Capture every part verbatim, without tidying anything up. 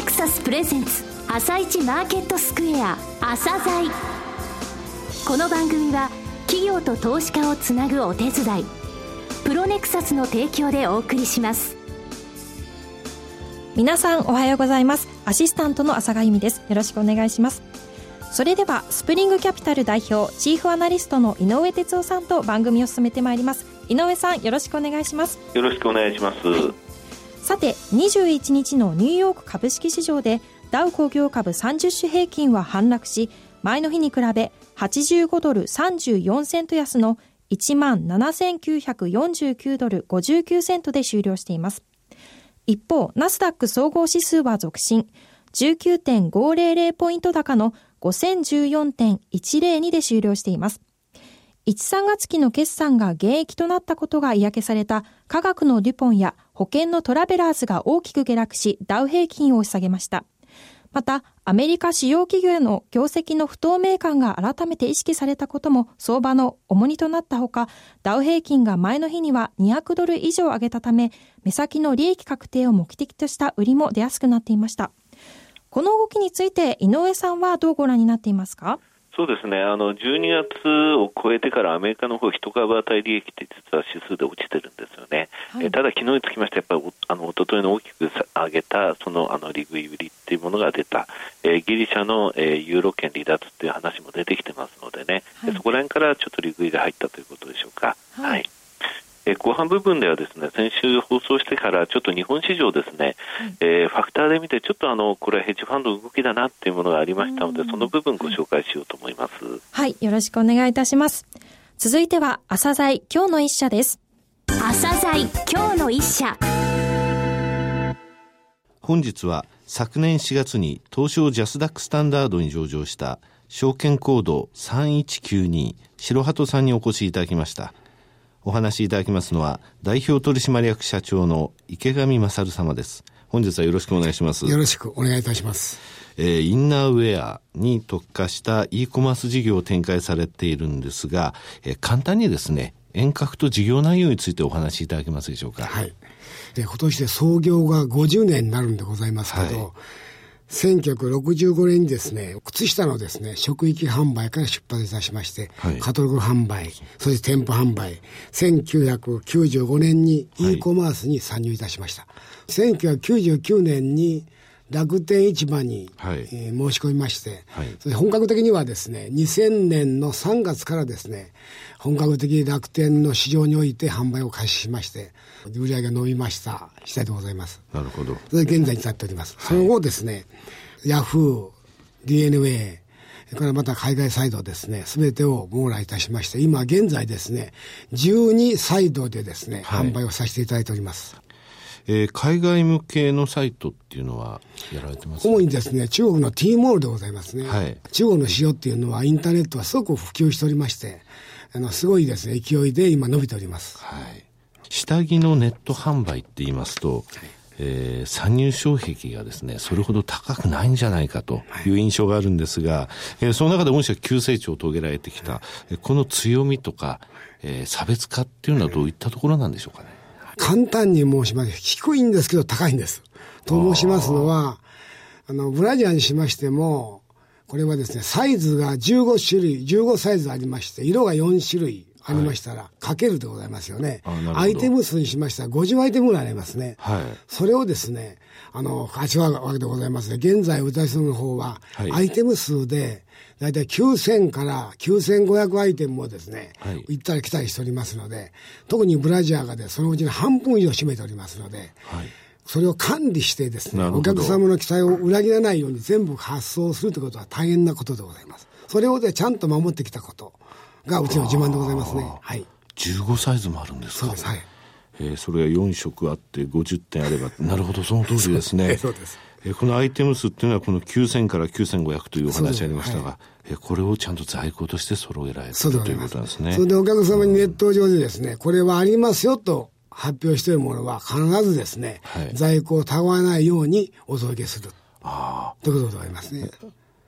クサスプレゼンツ朝一マーケットスクエア朝鮮。この番組は企業と投資家をつなぐお手伝いプロネクサスの提供でお送りします。 皆さんおはようございます。アシスタントの浅賀由美です。よろしくお願いします。それではスプリングキャピタル代表チーフアナリストの井上哲夫さんと番組を進めてまいります。井上さん、よろしくお願いします。 よろしくお願いします、はい、 さてにじゅういちにちのニューヨーク株式市場でダウ工業株さんじゅっ種平均は反落し、前の日に比べはちじゅうごドルさんじゅうよんセント安の いちまんななせんきゅうひゃくよんじゅうきゅうドルごじゅうきゅうセントで終了しています。一方、ナスダック総合指数は続伸、 じゅうきゅうてんごぜろぜろ ポイント高の ごせんじゅうよんてんいちぜろに で終了しています。いち、さんがつ期の決算が減益となったことが嫌気された科学のデュポンや保険のトラベラーズが大きく下落し、ダウ平均を押し下げました。また、アメリカ主要企業の業績の不透明感が改めて意識されたことも相場の重荷となったほか、ダウ平均が前の日にはにひゃくドル以上上げたため、目先の利益確定を目的とした売りも出やすくなっていました。この動きについて井上さんはどうご覧になっていますか？ そうですね、あのじゅうにがつを超えてからアメリカの方一株当たり利益って実は指数で落ちてるんですよね、はい、えただ昨日につきましてやっぱりあの一昨日の大きく上げたそのあの利食い売りっていうものが出た、えー、ギリシャの、えー、ユーロ圏離脱っていう話も出てきてますのでね、はい、そこら辺からちょっと利食いが入ったということでしょうか。はい、はいえー、後半部分ではですね、先週放送してからちょっと日本市場ですね、はいえー、ファクターで見てちょっとあのこれはヘッジファンドの動きだなっていうものがありましたので、その部分ご紹介しようと思います。 はい、よろしくお願いいたします。続いては朝鮮今日の一社です。 朝鮮今日の一社。 本日は昨年しがつに東証ジャスダックスタンダードに上場した証券コードさんいちきゅうに白鳩さんにお越しいただきました。お話しいただきますのは代表取締役社長の池上勝様です。本日はよろしくお願いします。 よろしくお願いいたします。 えー、インナーウェアに特化した e コマース事業を展開されているんですが、えー、簡単にですね遠隔と事業内容についてお話しいただけますでしょうか。 はい。で今年で創業がごじゅうねんになるんでございますけど、はい、せんきゅうひゃくろくじゅうごねんにですね、靴下のですね、職域販売から出発いたしまして、はい、カタログ販売、そして店舗販売、せんきゅうひゃくきゅうじゅうごねんに e コマースに参入いたしました。はい、せんきゅうひゃくきゅうじゅうきゅうねんに楽天市場に、はいえー、申し込みまして、はい、それ本格的にはですね、にせんねんのさんがつからですね、本格的に楽天の市場において販売を開始しまして、売り上げが伸びました次第でございます。 なるほど。 それで現在に至っております。はい、その後ですね、ヤフー、ディーエヌエー、それからまた海外サイドですね、すべてを網羅いたしまして、今現在ですね、じゅうにサイドでですね、はい、販売をさせていただいております。 えー、海外向けのサイトっていうのはやられてますか？ 主にですね、中国の T モールでございますね。はい、中国の市場っていうのはインターネットはすごく普及しておりまして、あのすごいですね、勢いで今伸びております。 はい。下着のネット販売って言いますと、はいえー、参入障壁がですね、それほど高くないんじゃないかという印象があるんですが、はいえー、その中で御社急成長を遂げられてきた、はい、この強みとか、えー、差別化っていうのはどういったところなんでしょうかね。 簡単に申します。低いんですけど高いんです。と申しますのは、あの、ブラジャーにしましても、これはですね、サイズがじゅうごしゅるい、じゅうごサイズありまして、色がよんしゅるいありましたら、はい、かけるでございますよね。アイテム数にしましたらごじゅうアイテムぐらいありますね。はい、それをですね、あの、味わうわけでございますね。現在、私の方は、はい、アイテム数で、だいたいきゅうせんからきゅうせんごひゃくアイテムをですね、はい、行ったり来たりしておりますので、特にブラジャーがで、そのうちの半分以上占めておりますので、はい、それを管理してですね、お客様の期待を裏切らないように全部発送するということは大変なことでございます。それをでちゃんと守ってきたことがうちの自慢でございますね。はい。 じゅうごサイズもあるんですか？ そうです。はい。 えー、それがよん色あってごじゅってんあれば、なるほど、その通りですね。 そうです。 えー、このアイテム数っていうのはこのきゅうせんからきゅうせんごひゃくというお話ありましたが、はい、えー、これをちゃんと在庫として揃えられているということなんですね。 それでお客様にネット上でですね、うん、これはありますよと発表しているものは必ずですね、はい、在庫をたわないようにお届けする。ああ。ということでございますね。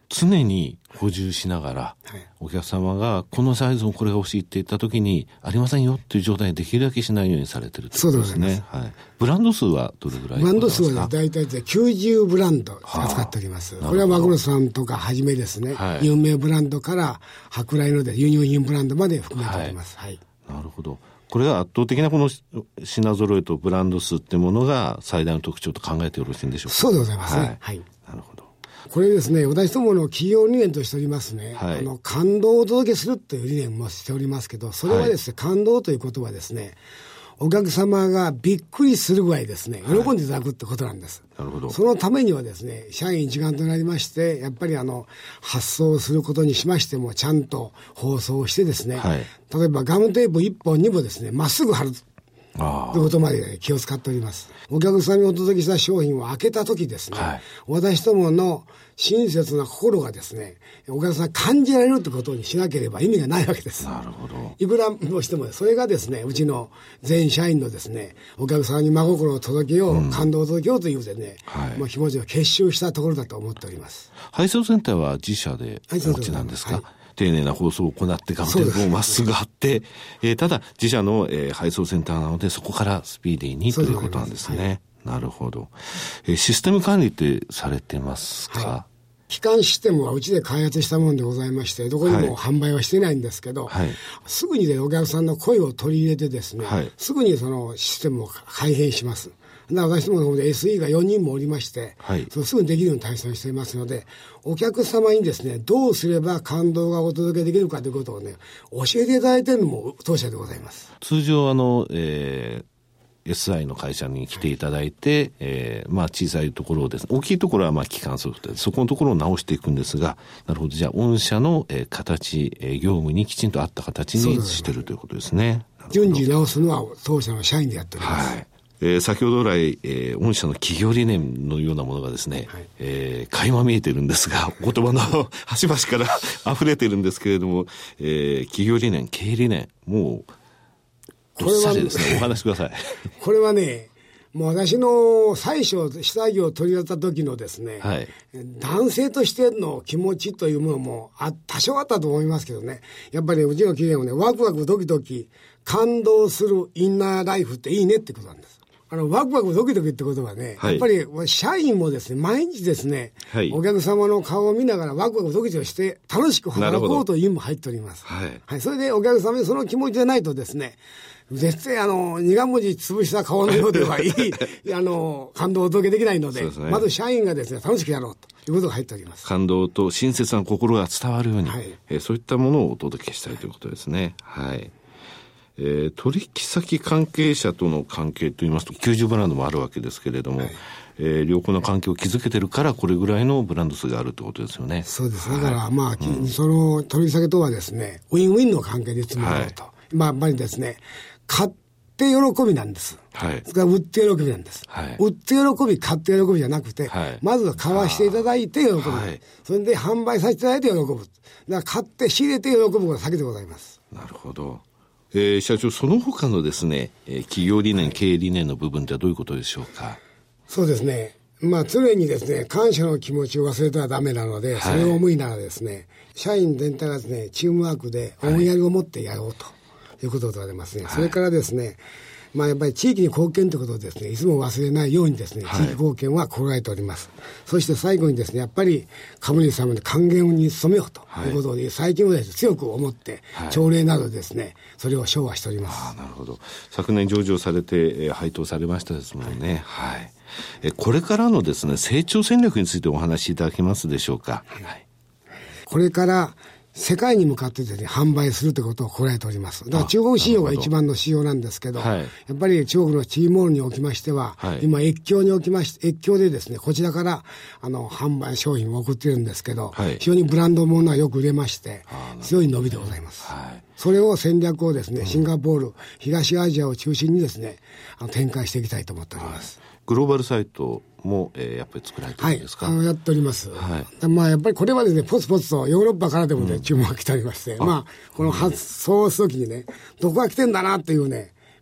常に補充しながら、はい、お客様がこのサイズもこれが欲しいって言った時にありませんよっていう状態にできるだけしないようにされてるということですね。はい、ブランド数はどれぐらいですか？ ブランド数は大体きゅうじゅうブランド扱っております。これはマグロさんとかはじめですね、はい、有名ブランドから舶来ので輸入品ブランドまで含めております。はい、はい、なるほど。これが圧倒的なこの品揃えとブランド数っていうものが最大の特徴と考えてよろしいんでしょうか？ そうでございますね。はい。はい、 なるほど。 これですね、私どもの企業理念としておりますね、はい、あの感動をお届けするという理念もしておりますけど、それはですね、はい、感動ということはですね、お客様がびっくりするぐらいですね、喜んでいただくってことなんです。はい、なるほど。そのためにはですね、社員一丸となりまして、やっぱりあの、発送することにしましても、ちゃんと包装してですね、はい、例えばガムテープいっぽんにもですね、まっすぐ貼る。ということまで気を使っております。お客さんにお届けした商品を開けたときですね、はい、私どもの親切な心がですね、お客さんが感じられるということにしなければ意味がないわけです。 なるほど。 いくらもしても、それがですね、うちの全社員のですね、お客さんに真心を届けよう、うん、感動を届けようというですね、はい、まあ、気持ちを結集したところだと思っております。 配送センターは自社でお持ちなんですか？はい、丁寧な包装を行ってガムテープをまっすぐ貼って、えー、ただ自社の、えー、配送センターなのでそこからスピーディーにということなんですね。はい、なるほど。えー、システム管理ってされてますか？はい、 基幹システムはうちで開発したものでございまして、どこにも販売はしていないんですけど、はい、すぐにでお客さんの声を取り入れてですね、はい、すぐにそのシステムを改変します。私どもの方で エスイー がよにんもおりまして、はい、そのすぐにできるように体制をしていますので、お客様にですね、どうすれば感動がお届けできるかということをね、教えていただいているのも当社でございます。 通常あの、えー、エスアイ の会社に来ていただいて、はい、えー、まあ小さいところをですね、大きいところはまあ基幹ソフトで、そこのところを直していくんですが、なるほど、じゃあ御社の、えー、形、えー、業務にきちんと合った形にしているということですね。 順次直すのは当社の社員でやっております。はい、 えー、先ほど来、えー、御社の企業理念のようなものがですね、はい、えー、垣間見えてるんですが、お言葉の端々から溢れてるんですけれども、えー、企業理念、経営理念、もう、どっさりですね、お話しください。 これはね、もう私の最初、下着を取り寄った時のですね、はい、男性としての気持ちというものもあ多少あったと思いますけどね、やっぱりうちの企業はね、ワクワクドキドキ、感動するインナーライフっていいねってことなんです。あの、ワクワクドキドキってことはね、はい、やっぱり社員もですね、毎日ですね、はい、お客様の顔を見ながらワクワクドキドキして楽しく働こうという意味も入っております。はい。はい。それでお客様にその気持ちでないとですね、絶対あの、苦文字潰した顔のようではいい、あの、感動をお届けできないので、でね、まず社員がですね、楽しくやろうということが入っております。 感動と親切な心が伝わるように、はい、えー、そういったものをお届けしたいということですね。はい。えー、取引先関係者との関係といいますときゅうじゅうブランドもあるわけですけれども、はい、えー、良好な関係を築けてるからこれぐらいのブランド数があるってことですよね。 そうです。だから、はい、まあ、うん、その取引先とはですね、ウィンウィンの関係でつまろうと、はい、まあやっぱりですね、買って喜びなんです。はい。それから売って喜びなんです。はい。売って喜び、買って喜びじゃなくて、はい、まずは買わしていただいて喜ぶ。はい。それで販売させていただいて喜ぶ。だから買って仕入れて喜ぶことが先でございます。 なるほど。えー、社長、その他のですね、えー、企業理念、はい、経営理念の部分ってはどういうことでしょうか？ そうですね。まあ常にですね、感謝の気持ちを忘れてはダメなので、はい、それを思いながらですね、社員全体がですね、チームワークで思いやりを持ってやろうということでございますね。はい、それからですね、まあやっぱり地域に貢献ということをですね、いつも忘れないようにですね、地域貢献は心がけております。はい、そして最後にですね、やっぱり株主様に還元に努めようということで、はい、最近はですね、強く思って、はい、朝礼などですね、それを昭和しております。 あ、なるほど。昨年上場されて、えー、配当されましたですもんね。はい。はい、えこれからのですね、成長戦略についてお話しいただけますでしょうか？はい。はい、 これから世界に向かってですね、販売するということを心得ております。だから中国市場が一番の市場なんですけど、はい、やっぱり中国の T モールにおきましては、はい、今越境におきまして、越境でですね、こちらからあの販売商品を送っているんですけど、はい、非常にブランドものはよく売れまして、強い伸びでございます。はい、それを戦略をですね、シンガポール、うん、東アジアを中心にですね、あの展開していきたいと思っております。はい、 グローバルサイトも、えー、やっぱり作られてるんですか？ はい、あのやっております。はい、まあやっぱりこれはですね、ポツポツとヨーロッパからでもね、うん、注文が来ておりまして、まあこの発送するときにね、どこが来てんだなっていうね、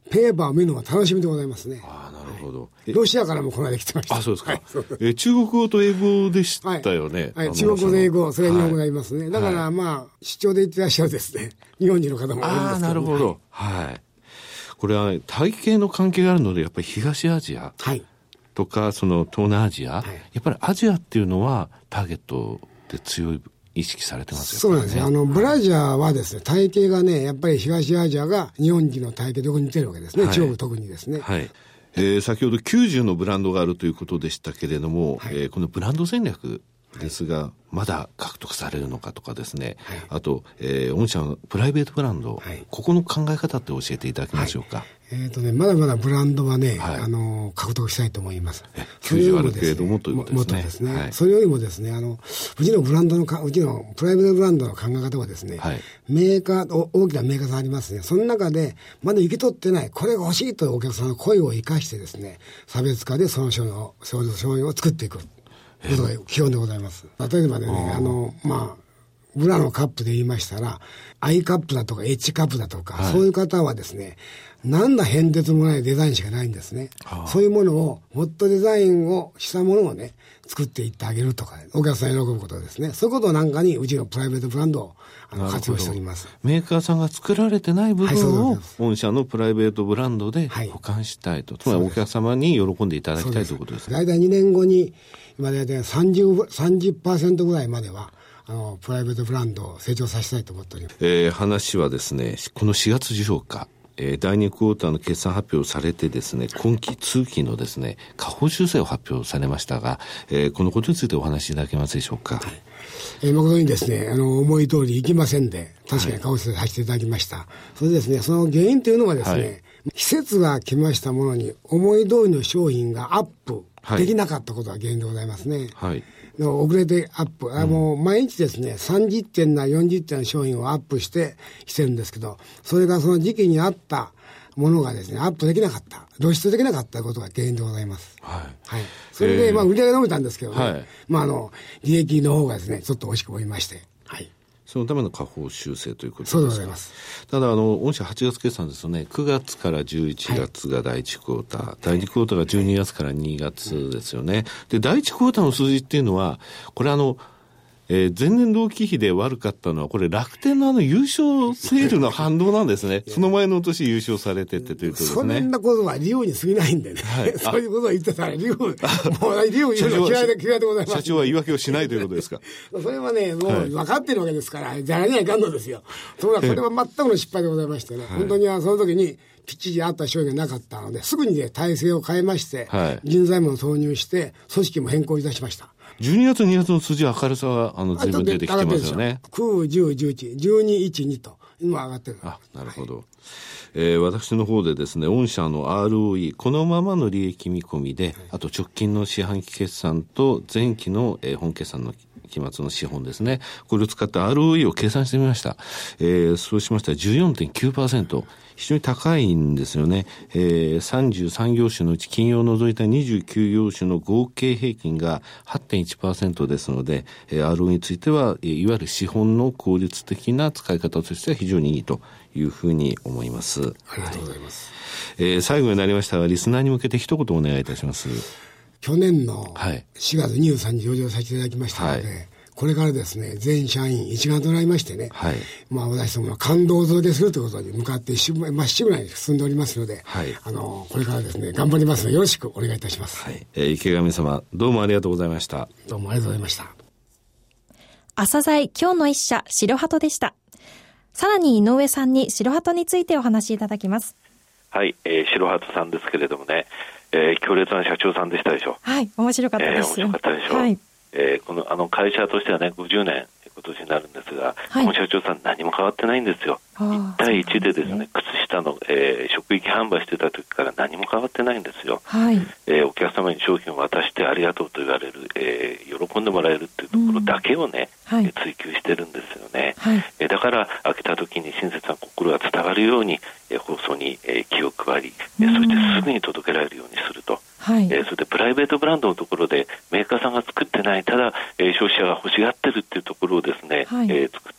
ペーパーを見るのが楽しみでございますね。 ああ、なるほど、 はい、ロシアからもこの間来てました。 あ、そうですか、 はい、そうえ中国語と英語でしたよね。 はい、はい、中国語と英語、それは日本語がありますね、はい、だからまあ出張で行ってらっしゃるですね、日本人の方も多いんですけど、ね、 ああ、なるほど、はい、はい、これは体系の関係があるので、やっぱり東アジアとか、その東南アジア、はい、やっぱりアジアっていうのはターゲットで強い意識されてますよね。 そうなんですね。あのブラジャーはですね、体型がね、やっぱり東アジアが日本人の体型とよく似てるわけですね、はい、中国特にですね。 はい、えー、先ほどきゅうじゅうのブランドがあるということでしたけれども、はい、えー、このブランド戦略ですが、まだ獲得されるのかとかですね、はい、あと、えー、御社のプライベートブランド、はい、ここの考え方って教えていただけましょうか。はい、 えーとね、まだまだブランドはね、はい、あの獲得したいと思います。 きゅうじゅうあるけれどもということですね。もっとですね、はい、それよりもですね、あのうちのブランドのかうちのプライベートブランドの考え方はですね、はい、メーカー大きなメーカーさんありますね。その中でまだ行き取ってない、これが欲しいというお客さんの声を生かしてですね、差別化でその商品を商品を作っていくことが基本でございます。例えばね、あのまあブラのカップで言いましたら、アイカップだとかエッジカップだとか、はい、そういう方はですね、なんだ変哲もないデザインしかないんですね。はあ、そういうものを、もっとデザインをしたものをね、作っていってあげるとか、お客さんに喜ぶことですね。そういうことなんかに、うちのプライベートブランドをあの活用しております。 メーカーさんが作られてない部分を、御社のプライベートブランドで保管したいと。はい、つまりお客様に喜んでいただきたいということですね。 大体にねんごに、今大体さんじゅう、さんじゅっパーセントぐらいまでは、あのプライベートブランドを成長させたいと思っております。 えー、話はですね、このしがつじゅうよっか、えー、だいにクォーターの決算発表されてですね、今期通期のですね、下方修正を発表されましたが、えー、このことについてお話しいただけますでしょうか。はい、 えー、誠にですね、あの思い通りいきませんで、確かに下方修正させていただきました。はい、それでですね、その原因というのはですね、はい、季節が来ましたものに思い通りの商品がアップできなかったことが原因でございますね。はい、の遅れてアップ、あもう毎日ですね、さんじってんなよんじってんの商品をアップしてしてるんですけど、それがその時期に合ったものがですね、アップできなかった、露出できなかったことが原因でございます。はい。はい。それで、えー、まあ売り上げ伸びたんですけどね、はい、まああの、利益の方がですね、ちょっと惜しく思いまして、はい。 そのための下方修正ということですか。 そうでございます。 ただ、あの、御社はちがつ決算ですよね。くがつからじゅういちがつがだいいちクォーター、はい、だいにクォーターがじゅうにがつからにがつですよね。で、だいいちクォーターの数字っていうのは、これあの、えー、前年同期比で悪かったのは、これ楽天のあの優勝セールの反動なんですね。その前の年優勝されてってということですね。 そんなことはリオに過ぎないんでね。はい、そういうことを言ってたら、リオ、もうリオ言うの嫌いで嫌いでございます。 社長は言い訳をしないということですか。 それはね、もう分かってるわけですから、じゃらにはいかんのですよ。ところがこれは全くの失敗でございましてね、本当にその時に、きっちりあった商品がなかったので、すぐにね、体制を変えまして、はい、人材も投入して、組織も変更いたしました。 じゅうにがつ、にがつの数字は明るさは、あの、随分出てきてますよね。 きゅう、じゅう、じゅういち、じゅうに、いち、にと、今上がってる。 あ、なるほど。はい、えー、私の方でですね、御社の アールオーイー、このままの利益見込みで、はい、あと直近の四半期決算と前期の、えー、本決算の期末の資本ですね。これを使って アールオーイー を計算してみました。えー、そうしましたら じゅうよんてんきゅうパーセント。非常に高いんですよね。えー、さんじゅうさん業種のうち金曜を除いたにじゅうきゅう業種の合計平均が はちてんいちパーセント ですので、えー、アールオーイー については、いわゆる資本の効率的な使い方としては非常にいいというふうに思います。 ありがとうございます。 はい、えー、最後になりましたが、リスナーに向けて一言お願いいたします。 去年のしがつにじゅうさんにち上場させていただきましたので、はい、これからですね、全社員一丸となりましてね、はい、まあ私どもの感動をお届けするということに向かってまっしぐらに進んでおりますので、はい、あの、これからですね、頑張りますのでよろしくお願いいたします。 はい、えー、池上様、どうもありがとうございました。 どうもありがとうございました。 朝鮮今日の一社、白鳩でした。さらに井上さんに白鳩についてお話しいただきます。 はい、えー、白鳩さんですけれどもね、えー、強烈な社長さんでしたでしょ。 はい、面白かったです。 えー、面白かったでしょ。はい、えー、このあの会社としてはねごじゅうねん今年になるんですが、はい、この社長さん何も変わってないんですよ。いち対いちでですね、ね靴下の、えー、職域販売してた時から何も変わってないんですよ。はい、えー、お客様に商品を渡してありがとうと言われる、えー、喜んでもらえるっていうところだけをね、うん、はい、追求してるんですよね。はい、えー、だから開けた時に親切な心が伝わるように、えー、放送に、えー、気を配り、えー、そしてすぐに届けられるようにすると。はい、えー、それでプライベートブランドのところでメーカーさんが作ってない、ただ、えー、消費者が欲しがってるっていうところをですね、はい、えー、作って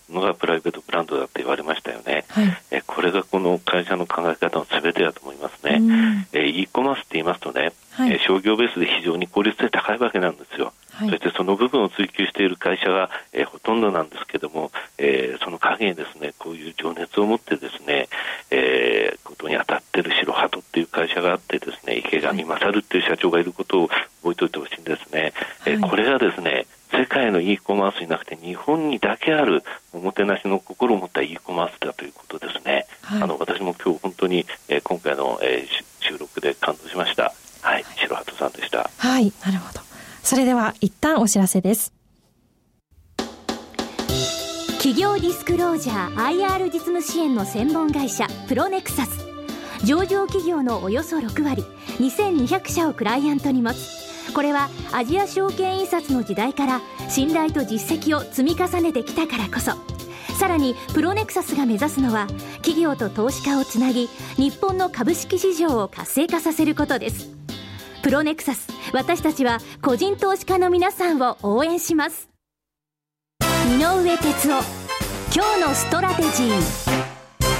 のがプライベートブランドだって言われましたよね、 はい、 えこれがこの会社の考え方の全てだと思いますね、え e コマースって言いますとね、はい、え商業ベースで非常に効率性高いわけなんですよ、はい、そしてその部分を追求している会社が、えー、ほとんどなんですけども、えー、その陰にですねこういう情熱を持ってですね、えー、ことに当たっている白鳩っていう会社があってですね池上勝っていう社長がいることを覚えておいてほしいんですね、はい、えー、これがですね世界の e コマースになくて日本にだけあるおもてなしの心を持った e コマースだということですね、はい、あの私も今日本当に、えー、今回の、えー、収録で感動しました。はい、はい、白鳩さんでした。 はい、なるほど。それでは一旦お知らせです。 企業ディスクロージャー アイアール 実務支援の専門会社プロネクサス、上場企業のおよそろくわりにせんにひゃくしゃをクライアントに持つ。これはアジア証券印刷の時代から信頼と実績を積み重ねてきたからこそ、さらにプロネクサスが目指すのは企業と投資家をつなぎ日本の株式市場を活性化させることです。プロネクサス、私たちは個人投資家の皆さんを応援します。井上哲夫、今日のストラテジー。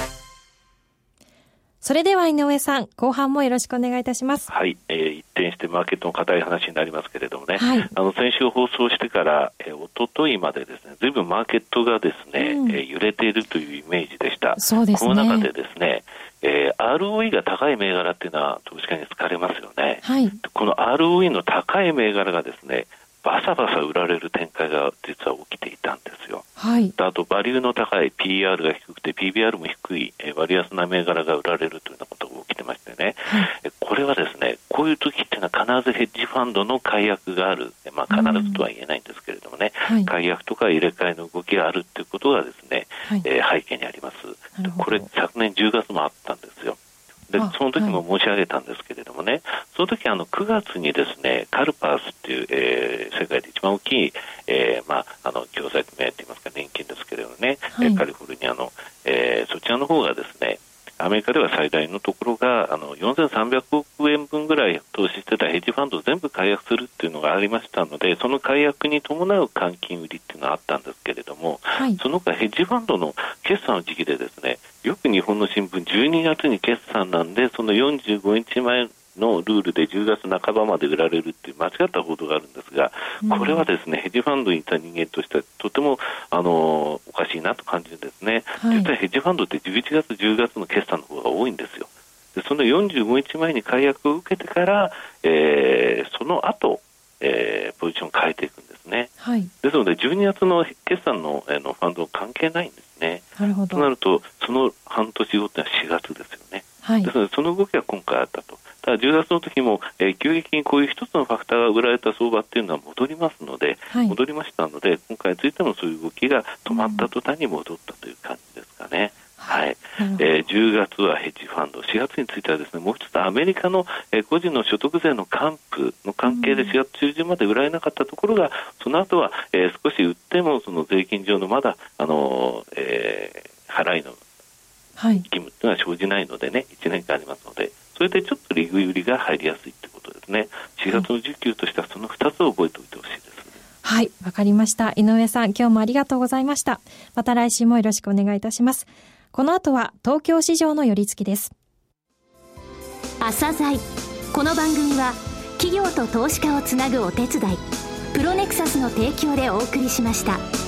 それでは井上さん、後半もよろしくお願いいたします。 はい、えー、一転してマーケットの硬い話になりますけれどもね、 はい、 あの先週放送してから、えー、一昨日までですね、ずいぶんマーケットがですね、うん、えー、揺れているというイメージでした。 そうですね。 この中でですね、えー、アールオーイー が高い銘柄っていうのは投資家に好かれますよね、 はい、 この アールオーイー の高い銘柄がですねバサバサ売られる展開が実は起きていたんですよ、 はい、 あとバリューの高い ピーアール が低くて ピービーアール も低い、えー、割安な銘柄が売られるというようなことが起きてましてね、はい、えこれはですねこういう時っていうのは必ずヘッジファンドの解約がある、まあ、必ずとは言えないんですけれどもね、うん、解約とか入れ替えの動きがあるということがですね、はい、えー、背景にあります。これ昨年じゅうがつもあったんですよ。でその時も申し上げたんですけれどもね、はい、その時あのくがつにですねカルパースっていう、えー、世界で一番大きい、えーまあ、あの共済組合といいますか年金ですけれどもね、はい、カリフォルニアの、えー、そちらの方がですねアメリカでは最大のところがあのよんせんさんびゃくおくえんぶんぐらい投資してたヘッジファンドを全部解約するっていうのがありましたので、その解約に伴う換金売りっていうのがあったんですけれども、はい、その他ヘッジファンドの決算の時期でですねよく日本の新聞じゅうにがつに決算なんでそのよんじゅうごにちまえのルールでじゅうがつなかばまで売られるっていう間違った報道があるんですが、これはですねヘッジファンドにいた人間としてはとてもあのおかしいなと感じるんですね、はい、実はヘッジファンドってじゅういちがつじゅうがつの決算の方が多いんですよ。でそのよんじゅうごにちまえに解約を受けてから、えー、その後、えー、ポジションを変えていくんですね、はい、ですのでじゅうにがつの決算 の, あのファンド関係ないんですね。 なるほど。 となるとその半年後ってのはしがつですよね、はい、ですのでその動きが今回あったと。ただじゅうがつの時も、えー、急激にこういう一つのファクターが売られた相場っていうのは戻りますので、はい、戻りましたので今回についてもそういう動きが止まった途端に戻ったという感じですかね、うん、はい、えー、じゅうがつはヘッジファンド、しがつについてはですねもう一つアメリカの、えー、個人の所得税の還付の関係でしがつ中旬まで売られなかったところがその後は、えー、少し売ってもその税金上のまだ、あのーえー、払いの義務というのは生じないのでね、いちねんかんありますのでそれでちょっと利食い売りが入りやすいということですね。しがつの需給としてはそのふたつを覚えておいてほしいです。 はい、わかりました。井上さん、今日もありがとうございました。また来週もよろしくお願いいたします。この後は東京市場の寄り付きです。 朝鮮。この番組は企業と投資家をつなぐお手伝いプロネクサスの提供でお送りしました。